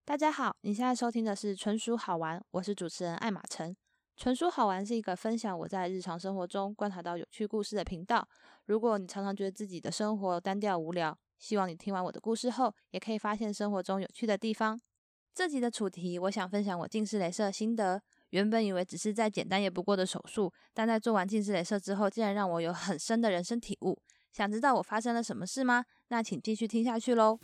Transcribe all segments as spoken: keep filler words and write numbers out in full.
大家好，你现在收听的是纯属好玩，我是主持人艾玛晨。纯属好玩是一个分享我在日常生活中观察到有趣故事的频道。如果你常常觉得自己的生活单调无聊，希望你听完我的故事后，也可以发现生活中有趣的地方。这集的主题，我想分享我近视雷射心得。原本以为只是再简单也不过的手术，但在做完近视雷射之后，竟然让我有很深的人生体悟。想知道我发生了什么事吗？那请继续听下去咯。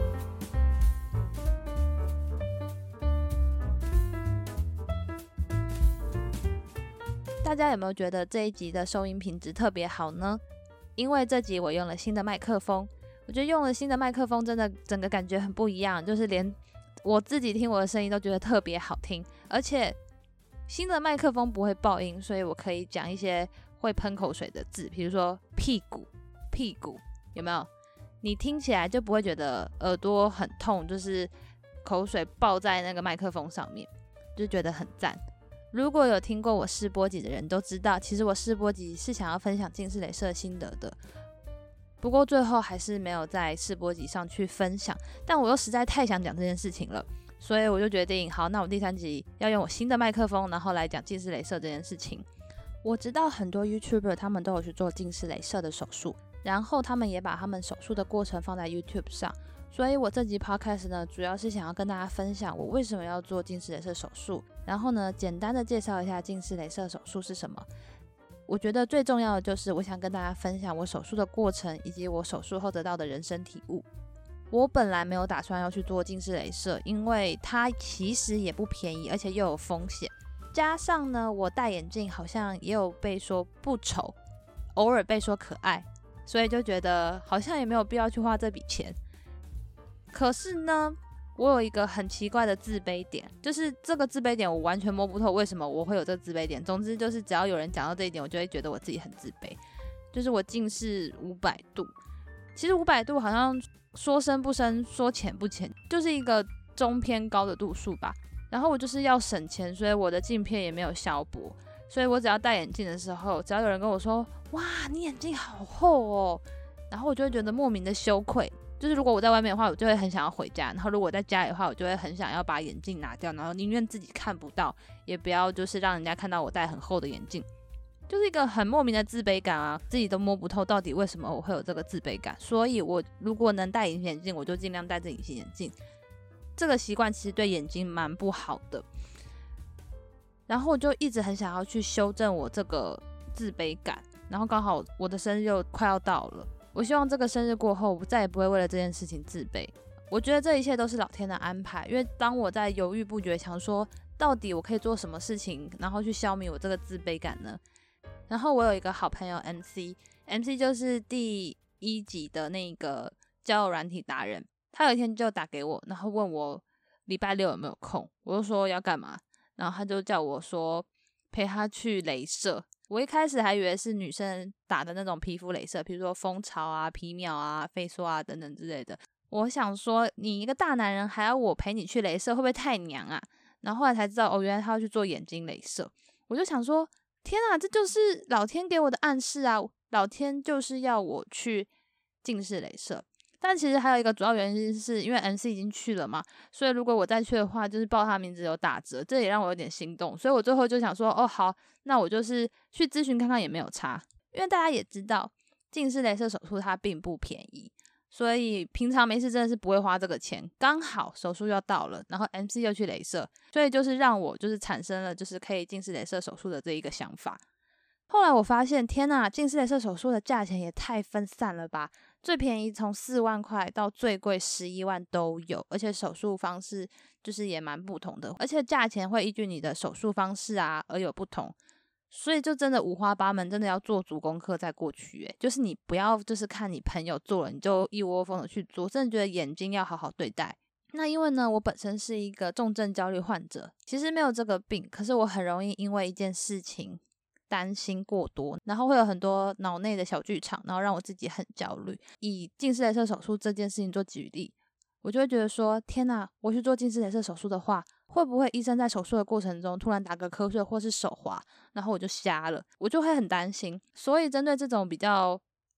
大家有没有觉得这一集的收音品质特别好呢？因为这集我用了新的麦克风，我觉得用了新的麦克风真的整个感觉很不一样，就是连我自己听我的声音都觉得特别好听，而且新的麦克风不会爆音，所以我可以讲一些会喷口水的字，比如说屁股屁股，有没有？你听起来就不会觉得耳朵很痛，就是口水爆在那个麦克风上面，就觉得很赞。如果有听过我试播集的人都知道，其实我试播集是想要分享近视雷射心得的，不过最后还是没有在试播集上去分享，但我又实在太想讲这件事情了，所以我就决定，好，那我第三集要用我新的麦克风，然后来讲近视雷射这件事情。我知道很多 YouTuber 他们都有去做近视雷射的手术，然后他们也把他们手术的过程放在 YouTube 上，所以我这集 Podcast 呢，主要是想要跟大家分享我为什么要做近视雷射手术，然后呢，简单的介绍一下近视雷射手术是什么。我觉得最重要的就是我想跟大家分享我手术的过程，以及我手术后得到的人生体悟。我本来没有打算要去做近视雷射，因为它其实也不便宜，而且又有风险。加上呢，我戴眼镜好像也有被说不丑，偶尔被说可爱，所以就觉得好像也没有必要去花这笔钱。可是呢，我有一个很奇怪的自卑点，就是这个自卑点我完全摸不透为什么我会有这个自卑点。总之就是只要有人讲到这一点，我就会觉得我自己很自卑。就是我近视五百度，其实五百度好像说深不深，说浅不浅，就是一个中偏高的度数吧。然后我就是要省钱，所以我的镜片也没有削薄，所以我只要戴眼镜的时候，只要有人跟我说哇你眼镜好厚哦，然后我就会觉得莫名的羞愧。就是如果我在外面的话，我就会很想要回家，然后如果在家里的话，我就会很想要把眼镜拿掉，然后宁愿自己看不到，也不要就是让人家看到我戴很厚的眼镜，就是一个很莫名的自卑感啊，自己都摸不透到底为什么我会有这个自卑感。所以我如果能戴隐形眼镜，我就尽量戴这隐形眼镜。这个习惯其实对眼睛蛮不好的，然后我就一直很想要去修正我这个自卑感，然后刚好我的生日又快要到了，我希望这个生日过后我再也不会为了这件事情自卑。我觉得这一切都是老天的安排，因为当我在犹豫不决，想说到底我可以做什么事情然后去消弭我这个自卑感呢？然后我有一个好朋友 M C M C 就是第一集的那个交友软体达人，他有一天就打给我，然后问我礼拜六有没有空，我就说要干嘛，然后他就叫我说陪他去雷射。我一开始还以为是女生打的那种皮肤雷射，比如说蜂巢啊、皮秒啊、飞梭啊等等之类的。我想说你一个大男人还要我陪你去雷射，会不会太娘啊？然后后来才知道哦，原来他要去做眼睛雷射。我就想说天啊，这就是老天给我的暗示啊，老天就是要我去近视雷射。但其实还有一个主要原因是因为 M C 已经去了嘛，所以如果我再去的话，就是报他名字有打折，这也让我有点心动。所以我最后就想说哦好，那我就是去咨询看看也没有差。因为大家也知道近视雷射手术它并不便宜，所以平常没事真的是不会花这个钱。刚好手术要到了，然后 M C 又去雷射，所以就是让我就是产生了就是可以近视雷射手术的这一个想法。后来我发现天哪，近视雷射手术的价钱也太分散了吧，最便宜从四万块到最贵十一万都有，而且手术方式就是也蛮不同的，而且价钱会依据你的手术方式啊而有不同，所以就真的五花八门，真的要做足功课再过去耶。就是你不要就是看你朋友做了你就一窝蜂的去做，真的觉得眼睛要好好对待。那因为呢我本身是一个重症焦虑患者，其实没有这个病，可是我很容易因为一件事情担心过多，然后会有很多脑内的小剧场，然后让我自己很焦虑。以近视雷射手术这件事情做举例，我就会觉得说天哪，我去做近视雷射手术的话，会不会医生在手术的过程中突然打个瞌睡或是手滑，然后我就瞎了，我就会很担心。所以针对这种比较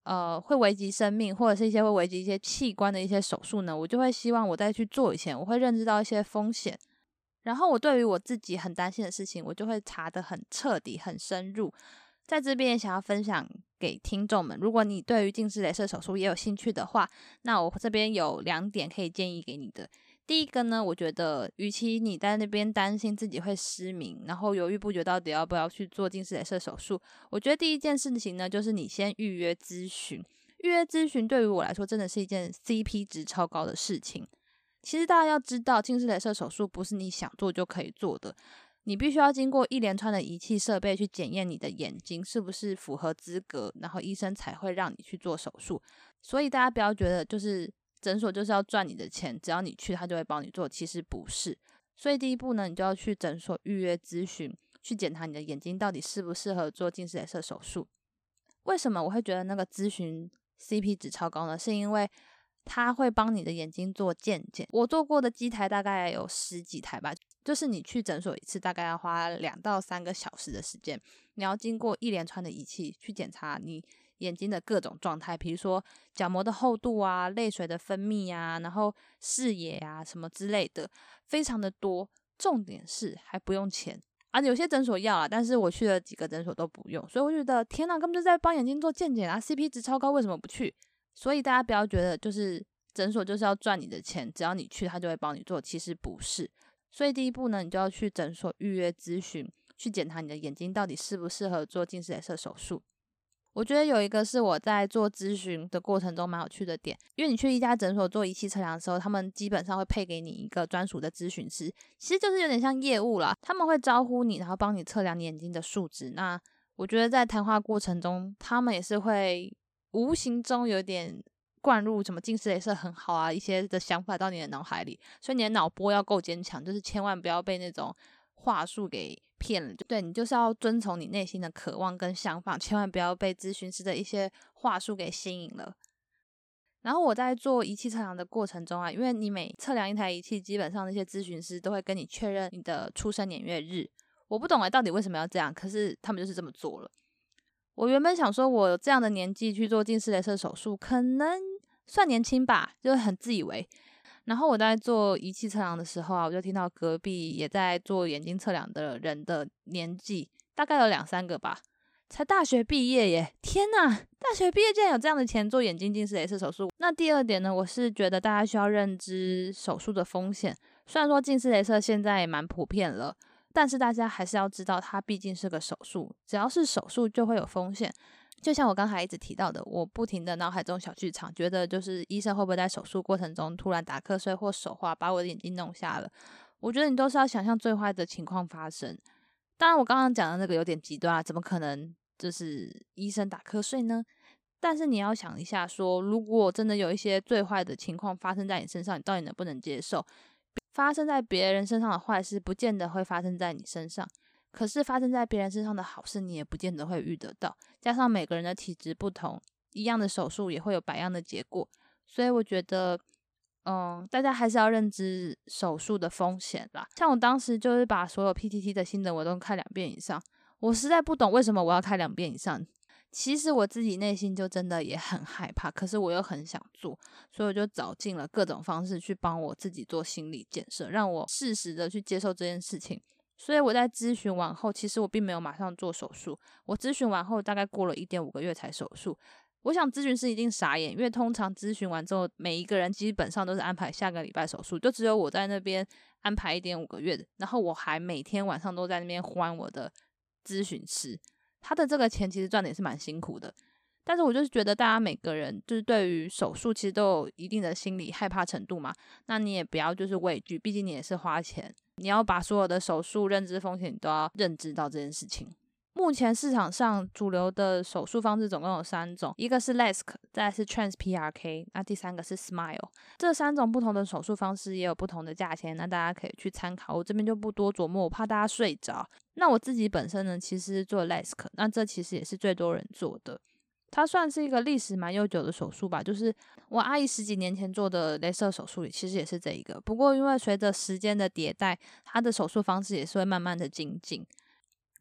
呃会危及生命或者是一些会危及一些器官的一些手术呢，我就会希望我在去做以前我会认知到一些风险，然后我对于我自己很担心的事情我就会查得很彻底很深入。在这边也想要分享给听众们，如果你对于近视雷射手术也有兴趣的话，那我这边有两点可以建议给你的。第一个呢，我觉得与其你在那边担心自己会失明，然后犹豫不决到底要不要去做近视雷射手术，我觉得第一件事情呢，就是你先预约咨询。预约咨询对于我来说真的是一件 C P 值超高的事情。其实大家要知道，近视雷射手术不是你想做就可以做的，你必须要经过一连串的仪器设备去检验你的眼睛是不是符合资格，然后医生才会让你去做手术。所以大家不要觉得就是诊所就是要赚你的钱，只要你去他就会帮你做，其实不是。所以第一步呢，你就要去诊所预约咨询，去检查你的眼睛到底适不适合做近视雷射手术。为什么我会觉得那个咨询 C P 值超高呢？是因为他会帮你的眼睛做健检。我做过的机台大概有十几台吧，就是你去诊所一次大概要花两到三个小时的时间，你要经过一连串的仪器去检查你眼睛的各种状态，比如说角膜的厚度啊、泪水的分泌啊，然后视野啊什么之类的，非常的多。重点是还不用钱啊，有些诊所要啦，但是我去了几个诊所都不用，所以我觉得天哪，根本就在帮眼睛做健检啊 ，C P 值超高，为什么不去？所以大家不要觉得就是诊所就是要赚你的钱，只要你去他就会帮你做，其实不是。所以第一步呢，你就要去诊所预约咨询，去检查你的眼睛到底适不适合做近视雷射手术。我觉得有一个是我在做咨询的过程中蛮有趣的点，因为你去一家诊所做仪器测量的时候，他们基本上会配给你一个专属的咨询师，其实就是有点像业务啦，他们会招呼你，然后帮你测量你眼睛的数值。那我觉得在谈话过程中，他们也是会无形中有点灌入什么近视雷射很好啊一些的想法到你的脑海里，所以你的脑波要够坚强，就是千万不要被那种话术给骗了。对，你就是要遵从你内心的渴望跟想法，千万不要被咨询师的一些话术给吸引了。然后我在做仪器测量的过程中啊，因为你每测量一台仪器，基本上那些咨询师都会跟你确认你的出生年月日。我不懂哎，到底为什么要这样？可是他们就是这么做了。我原本想说，我有这样的年纪去做近视雷射手术，可能算年轻吧，就是很自以为。然后我在做仪器测量的时候啊，我就听到隔壁也在做眼睛测量的人的年纪，大概有两三个吧，才大学毕业耶！天哪，大学毕业竟然有这样的钱做眼睛近视雷射手术。那第二点呢，我是觉得大家需要认知手术的风险。虽然说近视雷射现在也蛮普遍了，但是大家还是要知道它毕竟是个手术，只要是手术就会有风险。就像我刚才一直提到的，我不停的脑海中小剧场，觉得就是医生会不会在手术过程中突然打瞌睡或手滑把我的眼睛弄瞎了。我觉得你都是要想象最坏的情况发生。当然我刚刚讲的那个有点极端啊，怎么可能就是医生打瞌睡呢？但是你要想一下说，如果真的有一些最坏的情况发生在你身上，你到底能不能接受？发生在别人身上的坏事不见得会发生在你身上，可是发生在别人身上的好事你也不见得会遇得到，加上每个人的体质不同，一样的手术也会有百样的结果。所以我觉得嗯，大家还是要认知手术的风险啦。像我当时就是把所有 P T T 的心得我都看两遍以上，我实在不懂为什么我要看两遍以上。其实我自己内心就真的也很害怕，可是我又很想做，所以我就找尽了各种方式去帮我自己做心理建设，让我适时的去接受这件事情。所以我在咨询完后，其实我并没有马上做手术，我咨询完后大概过了 一点五个月才手术。我想咨询师一定傻眼，因为通常咨询完之后，每一个人基本上都是安排下个礼拜手术，就只有我在那边安排 一点五个月的，然后我还每天晚上都在那边还我的咨询师。他的这个钱其实赚的也是蛮辛苦的，但是我就是觉得大家每个人就是对于手术其实都有一定的心理害怕程度嘛，那你也不要就是畏惧，毕竟你也是花钱，你要把所有的手术认知风险你都要认知到这件事情。目前市场上主流的手术方式总共有三种，一个是 LASIK， 再来是 Trans P R K， 那第三个是 Smile。 这三种不同的手术方式也有不同的价钱，那大家可以去参考，我这边就不多琢磨，我怕大家睡着。那我自己本身呢，其实做 LASIK， 那这其实也是最多人做的，它算是一个历史蛮悠久的手术吧，就是我阿姨十几年前做的雷射手术里其实也是这一个，不过因为随着时间的迭代，它的手术方式也是会慢慢的精进。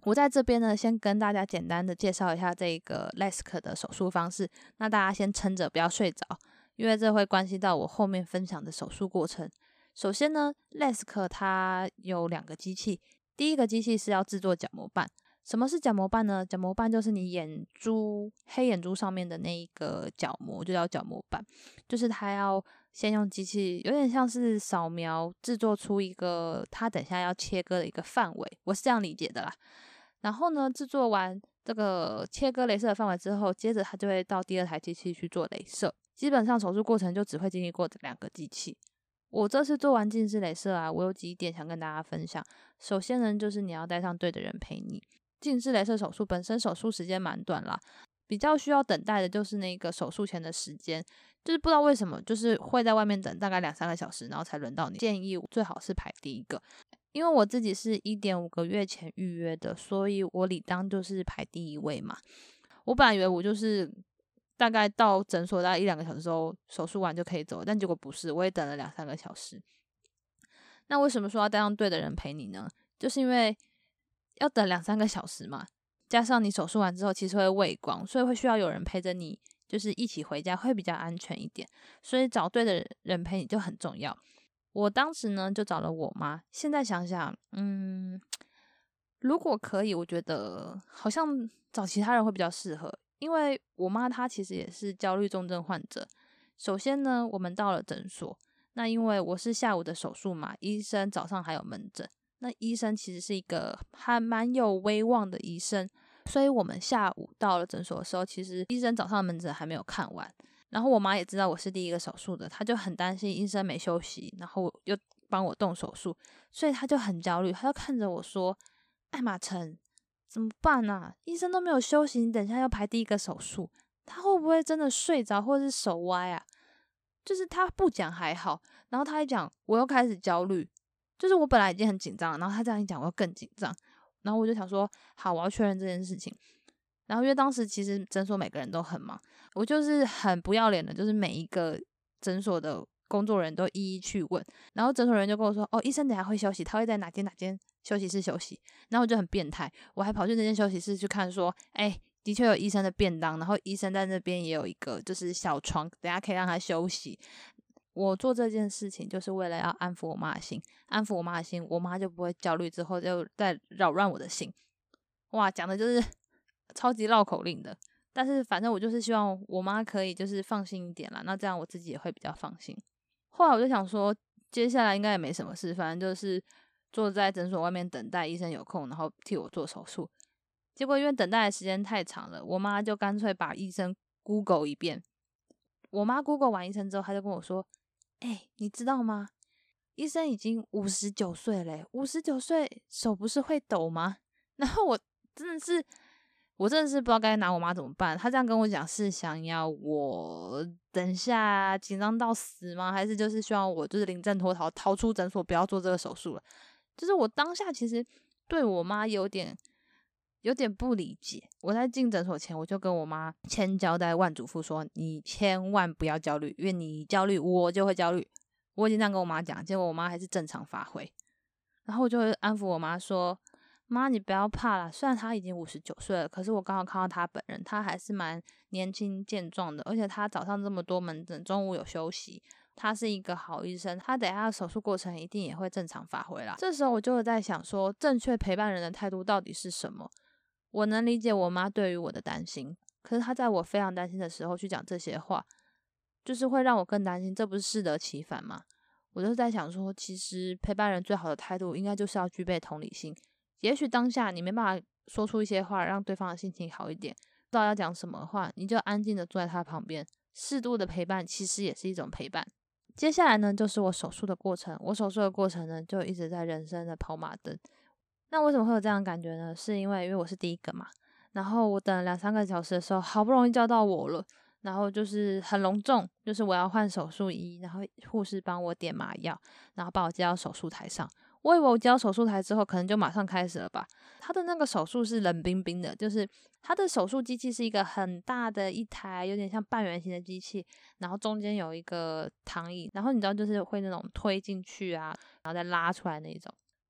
我在这边呢，先跟大家简单的介绍一下这个 L A S K 的手术方式，那大家先撑着不要睡着，因为这会关系到我后面分享的手术过程。首先呢 L A S K 它有两个机器，第一个机器是要制作角膜瓣。什么是角膜瓣呢？角膜瓣就是你眼珠黑眼珠上面的那一个角膜，就叫角膜瓣，就是它要先用机器，有点像是扫描制作出一个它等下要切割的一个范围，我是这样理解的啦。然后呢，制作完这个切割雷射的范围之后，接着它就会到第二台机器去做雷射。基本上手术过程就只会经历过这两个机器。我这次做完近视雷射啊，我有几点想跟大家分享。首先呢，就是你要带上对的人陪你。近视雷射手术本身手术时间蛮短啦，比较需要等待的就是那个手术前的时间，就是不知道为什么，就是会在外面等大概两三个小时，然后才轮到你。建议最好是排第一个，因为我自己是 一点五个月前预约的，所以我理当就是排第一位嘛。我本来以为我就是大概到诊所大概一两个小时之后手术完就可以走，但结果不是，我也等了两三个小时。那为什么说要带上对的人陪你呢？就是因为要等两三个小时嘛，加上你手术完之后其实会畏光，所以会需要有人陪着你，就是一起回家会比较安全一点，所以找对的人陪你就很重要。我当时呢就找了我妈，现在想想嗯，如果可以我觉得好像找其他人会比较适合，因为我妈她其实也是焦虑重症患者。首先呢，我们到了诊所，那因为我是下午的手术嘛，医生早上还有门诊，那医生其实是一个还蛮有威望的医生，所以我们下午到了诊所的时候，其实医生早上的门诊还没有看完。然后我妈也知道我是第一个手术的，她就很担心医生没休息，然后又帮我动手术，所以她就很焦虑，她就看着我说：艾玛晨，怎么办啊？医生都没有休息，你等一下要排第一个手术，他会不会真的睡着或是手歪啊？就是他不讲还好，然后他一讲我又开始焦虑，就是我本来已经很紧张了，然后他这样一讲我又更紧张，然后我就想说好，我要确认这件事情。然后因为当时其实诊所每个人都很忙，我就是很不要脸的，就是每一个诊所的工作人员都一一去问，然后诊所人员就跟我说哦，医生等一下会休息，他会在哪间哪间休息室休息。然后我就很变态，我还跑去那间休息室去看说哎，的确有医生的便当，然后医生在那边也有一个就是小床，等一下可以让他休息。我做这件事情就是为了要安抚我妈的心，安抚我妈的心，我妈就不会焦虑之后就再扰乱我的心。哇，讲的就是超级绕口令的，但是反正我就是希望我妈可以就是放心一点啦，那这样我自己也会比较放心。后来我就想说接下来应该也没什么事，反正就是坐在诊所外面等待医生有空然后替我做手术。结果因为等待的时间太长了，我妈就干脆把医生 Google 一遍。我妈 Google 完医生之后，她就跟我说欸，你知道吗？医生已经五十九岁了，五十九岁手不是会抖吗？然后我真的是我真的是不知道该拿我妈怎么办。她这样跟我讲是想要我等下紧张到死吗？还是就是希望我就是临阵脱逃，逃出诊所，不要做这个手术了？就是我当下其实对我妈有点有点不理解。我在进诊所前，我就跟我妈千交代万嘱咐说，你千万不要焦虑，因为你焦虑我就会焦虑。我已经这样跟我妈讲，结果我妈还是正常发挥。然后我就会安抚我妈说，妈你不要怕啦，虽然她已经五十九岁了，可是我刚好看到她本人，她还是蛮年轻健壮的，而且她早上这么多门诊，中午有休息，他是一个好医生，他等一下手术过程一定也会正常发挥啦。这时候我就在想说，正确陪伴人的态度到底是什么？我能理解我妈对于我的担心，可是她在我非常担心的时候去讲这些话，就是会让我更担心，这不是适得其反吗？我就在想说，其实陪伴人最好的态度应该就是要具备同理心。也许当下你没办法说出一些话让对方的心情好一点，不知道要讲什么的话，你就安静的坐在他旁边，适度的陪伴其实也是一种陪伴。接下来呢，就是我手术的过程。我手术的过程呢，就一直在人生的跑马灯。那为什么会有这样的感觉呢？是因为因为我是第一个嘛，然后我等了两三个小时的时候，好不容易叫到我了，然后就是很隆重，就是我要换手术衣，然后护士帮我点麻药，然后把我接到手术台上。我以为我接到手术台之后，可能就马上开始了吧。他的那个手术是冷冰冰的，就是他的手术机器是一个很大的一台，有点像半圆形的机器，然后中间有一个躺椅，然后你知道就是会那种推进去啊，然后再拉出来那种。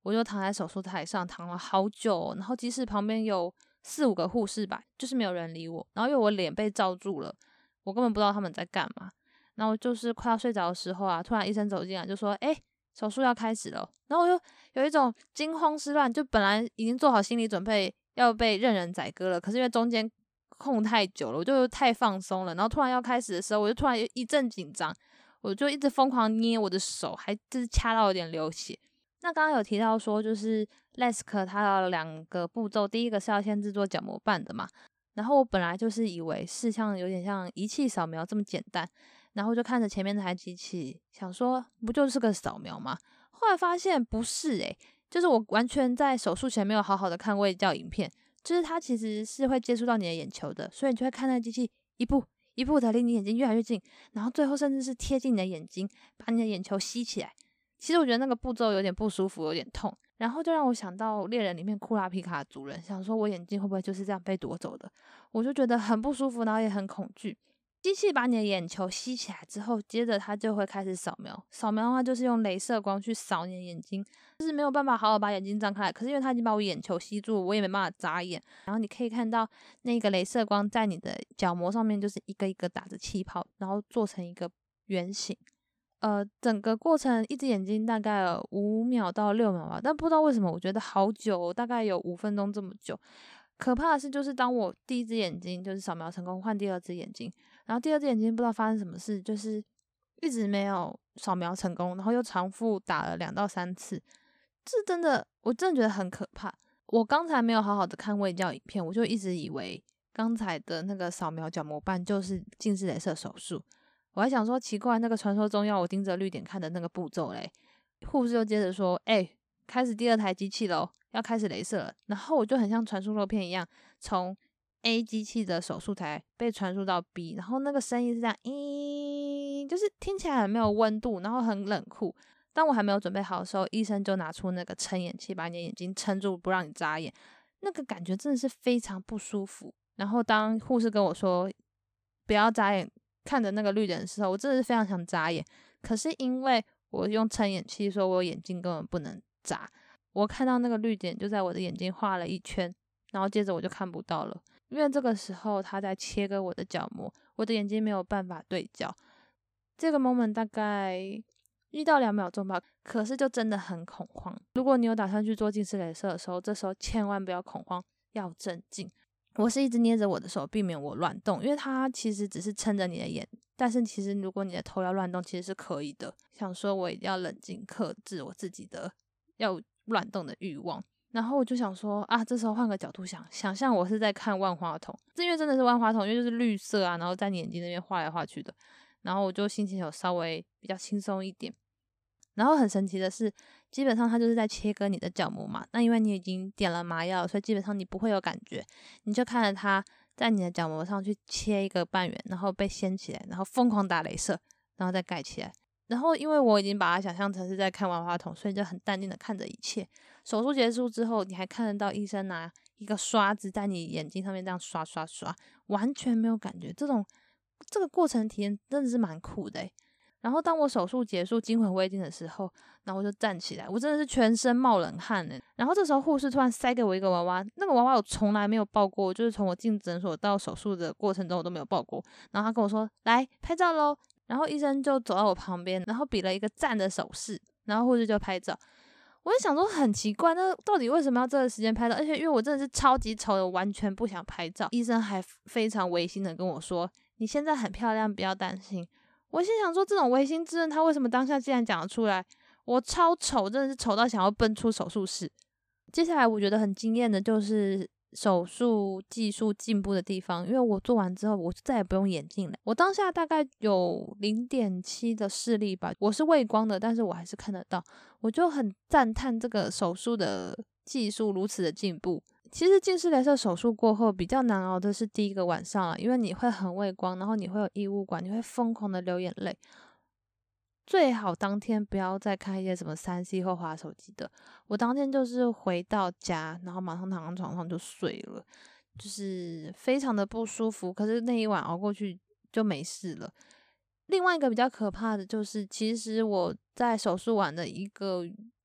我就躺在手术台上躺了好久哦，然后即使旁边有四五个护士吧，就是没有人理我，然后因为我脸被罩住了，我根本不知道他们在干嘛。然后就是快要睡着的时候啊，突然医生走进来就说诶，手术要开始了。然后我就有一种惊慌失乱，就本来已经做好心理准备要被任人宰割了，可是因为中间空太久了，我就太放松了，然后突然要开始的时候，我就突然一阵紧张，我就一直疯狂捏我的手，还就是掐到有点流血。那刚刚有提到说，就是 L A S I K 它有两个步骤，第一个是要先制作角膜瓣的嘛，然后我本来就是以为是像有点像仪器扫描这么简单，然后就看着前面那台机器，想说不就是个扫描吗？后来发现不是诶、欸，就是我完全在手术前没有好好的看卫教影片，就是它其实是会接触到你的眼球的，所以你就会看那个机器一步一步的离你眼睛越来越近，然后最后甚至是贴近你的眼睛，把你的眼球吸起来。其实我觉得那个步骤有点不舒服，有点痛，然后就让我想到猎人里面库拉皮卡的主人，想说我眼睛会不会就是这样被夺走的，我就觉得很不舒服，然后也很恐惧。机器把你的眼球吸起来之后，接着它就会开始扫描，扫描的话就是用雷射光去扫你的眼睛，就是没有办法好好把眼睛张开来，可是因为它已经把我眼球吸住，我也没办法眨眼，然后你可以看到那个雷射光在你的角膜上面就是一个一个打着气泡，然后做成一个圆形。呃，整个过程一只眼睛大概有五秒到六秒吧，但不知道为什么我觉得好久，大概有五分钟这么久。可怕的是，就是当我第一只眼睛就是扫描成功，换第二只眼睛，然后第二只眼睛不知道发生什么事，就是一直没有扫描成功，然后又重复打了两到三次，这真的我真的觉得很可怕。我刚才没有好好的看卫教影片，我就一直以为刚才的那个扫描角膜瓣就是近视雷射手术。我还想说奇怪，那个传说中要我盯着绿点看的那个步骤嘞，护士就接着说，哎、欸，开始第二台机器咯，要开始雷射了。然后我就很像传输肉片一样，从 A 机器的手术台被传输到 B， 然后那个声音是这样，咦，就是听起来很没有温度，然后很冷酷。当我还没有准备好的时候，医生就拿出那个撑眼器，把你的眼睛撑住，不让你眨眼，那个感觉真的是非常不舒服。然后当护士跟我说不要眨眼，看着那个绿点的时候，我真的是非常想眨眼，可是因为我用撑眼器，说我眼睛根本不能眨，我看到那个绿点就在我的眼睛画了一圈，然后接着我就看不到了，因为这个时候他在切割我的角膜，我的眼睛没有办法对焦。这个 moment 大概一到两秒钟吧，可是就真的很恐慌。如果你有打算去做近视雷射的时候，这时候千万不要恐慌，要镇静。我是一直捏着我的手，避免我乱动，因为它其实只是撑着你的眼，但是其实如果你的头要乱动，其实是可以的。想说我一定要冷静克制我自己的要乱动的欲望，然后我就想说啊，这时候换个角度想，想象我是在看万花筒，这因为真的是万花筒，因为就是绿色啊，然后在你眼睛那边画来画去的，然后我就心情有稍微比较轻松一点。然后很神奇的是，基本上它就是在切割你的角膜嘛，那因为你已经点了麻药，所以基本上你不会有感觉，你就看着它在你的角膜上去切一个半圆，然后被掀起来，然后疯狂打雷射，然后再盖起来。然后因为我已经把它想象成是在看万花筒，所以就很淡定的看着一切。手术结束之后，你还看得到医生拿一个刷子在你眼睛上面这样刷刷刷，完全没有感觉。这种这个过程体验真的是蛮酷的欸。然后当我手术结束惊魂未定的时候，然后我就站起来，我真的是全身冒冷汗诶。然后这时候护士突然塞给我一个娃娃，那个娃娃我从来没有抱过，就是从我进诊所到手术的过程中我都没有抱过。然后他跟我说来拍照咯，然后医生就走到我旁边，然后比了一个赞的手势，然后护士就拍照。我就想说很奇怪，那到底为什么要这个时间拍照？而且因为我真的是超级丑的，我完全不想拍照。医生还非常违心的跟我说，你现在很漂亮，不要担心。我心想说，这种违心之论他为什么当下竟然讲得出来？我超丑，真的是丑到想要奔出手术室。接下来我觉得很惊艳的就是手术技术进步的地方，因为我做完之后我再也不用眼镜了。我当下大概有 零点七 的视力吧，我是畏光的，但是我还是看得到。我就很赞叹这个手术的技术如此的进步。其实近视雷射手术过后比较难熬的是第一个晚上了，因为你会很畏光，然后你会有异物感，你会疯狂的流眼泪。最好当天不要再看一些什么三 C 或滑手机的。我当天就是回到家，然后马上躺在床上就睡了，就是非常的不舒服。可是那一晚熬过去就没事了。另外一个比较可怕的就是，其实我在手术完的一个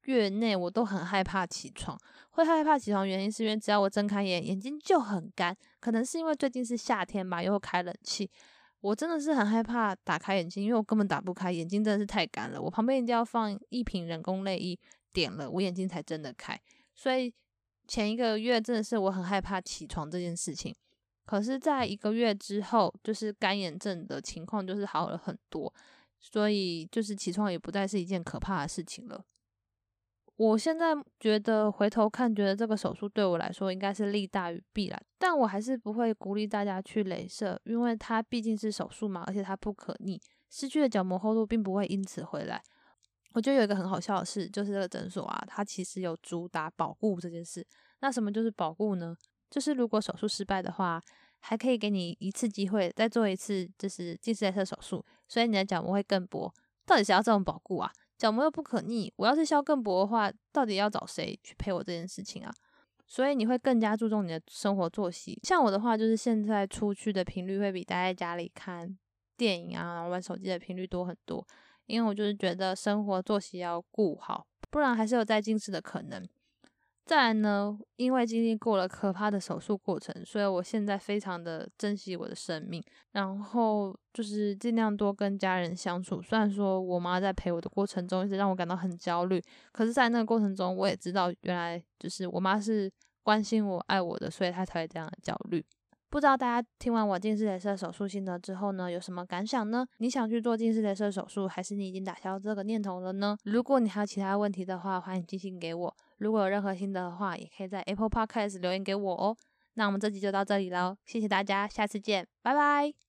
月内我都很害怕起床。会害怕起床原因是因为只要我睁开眼，眼睛就很干，可能是因为最近是夏天吧，又开冷气，我真的是很害怕打开眼睛，因为我根本打不开，眼睛真的是太干了。我旁边一定要放一瓶人工泪液，点了我眼睛才真的开。所以前一个月真的是我很害怕起床这件事情。可是在一个月之后，就是干眼症的情况就是好了很多，所以就是起床也不再是一件可怕的事情了。我现在觉得回头看，觉得这个手术对我来说应该是利大于弊啦，但我还是不会鼓励大家去雷射，因为它毕竟是手术嘛，而且它不可逆，失去的角膜厚度并不会因此回来。我觉得有一个很好笑的事，就是这个诊所啊，它其实有主打保固这件事。那什么就是保固呢？就是如果手术失败的话，还可以给你一次机会再做一次就是近视雷射手术，所以你的角膜会更薄。到底谁要这种保固啊？角膜又不可逆，我要是削更薄的话，到底要找谁去陪我这件事情啊？所以你会更加注重你的生活作息。像我的话，就是现在出去的频率会比待在家里看电影啊、玩手机的频率多很多，因为我就是觉得生活作息要顾好，不然还是有再近视的可能。再来呢，因为经历过了可怕的手术过程，所以我现在非常的珍惜我的生命，然后就是尽量多跟家人相处。虽然说我妈在陪我的过程中一直让我感到很焦虑，可是在那个过程中我也知道原来就是我妈是关心我爱我的，所以她才会这样的焦虑。不知道大家听完我近视雷射手术心得之后呢，有什么感想呢？你想去做近视雷射手术，还是你已经打消这个念头了呢？如果你还有其他问题的话，欢迎寄信给我。如果有任何心得的话，也可以在 Apple Podcast 留言给我哦。那我们这集就到这里咯，谢谢大家，下次见，拜拜。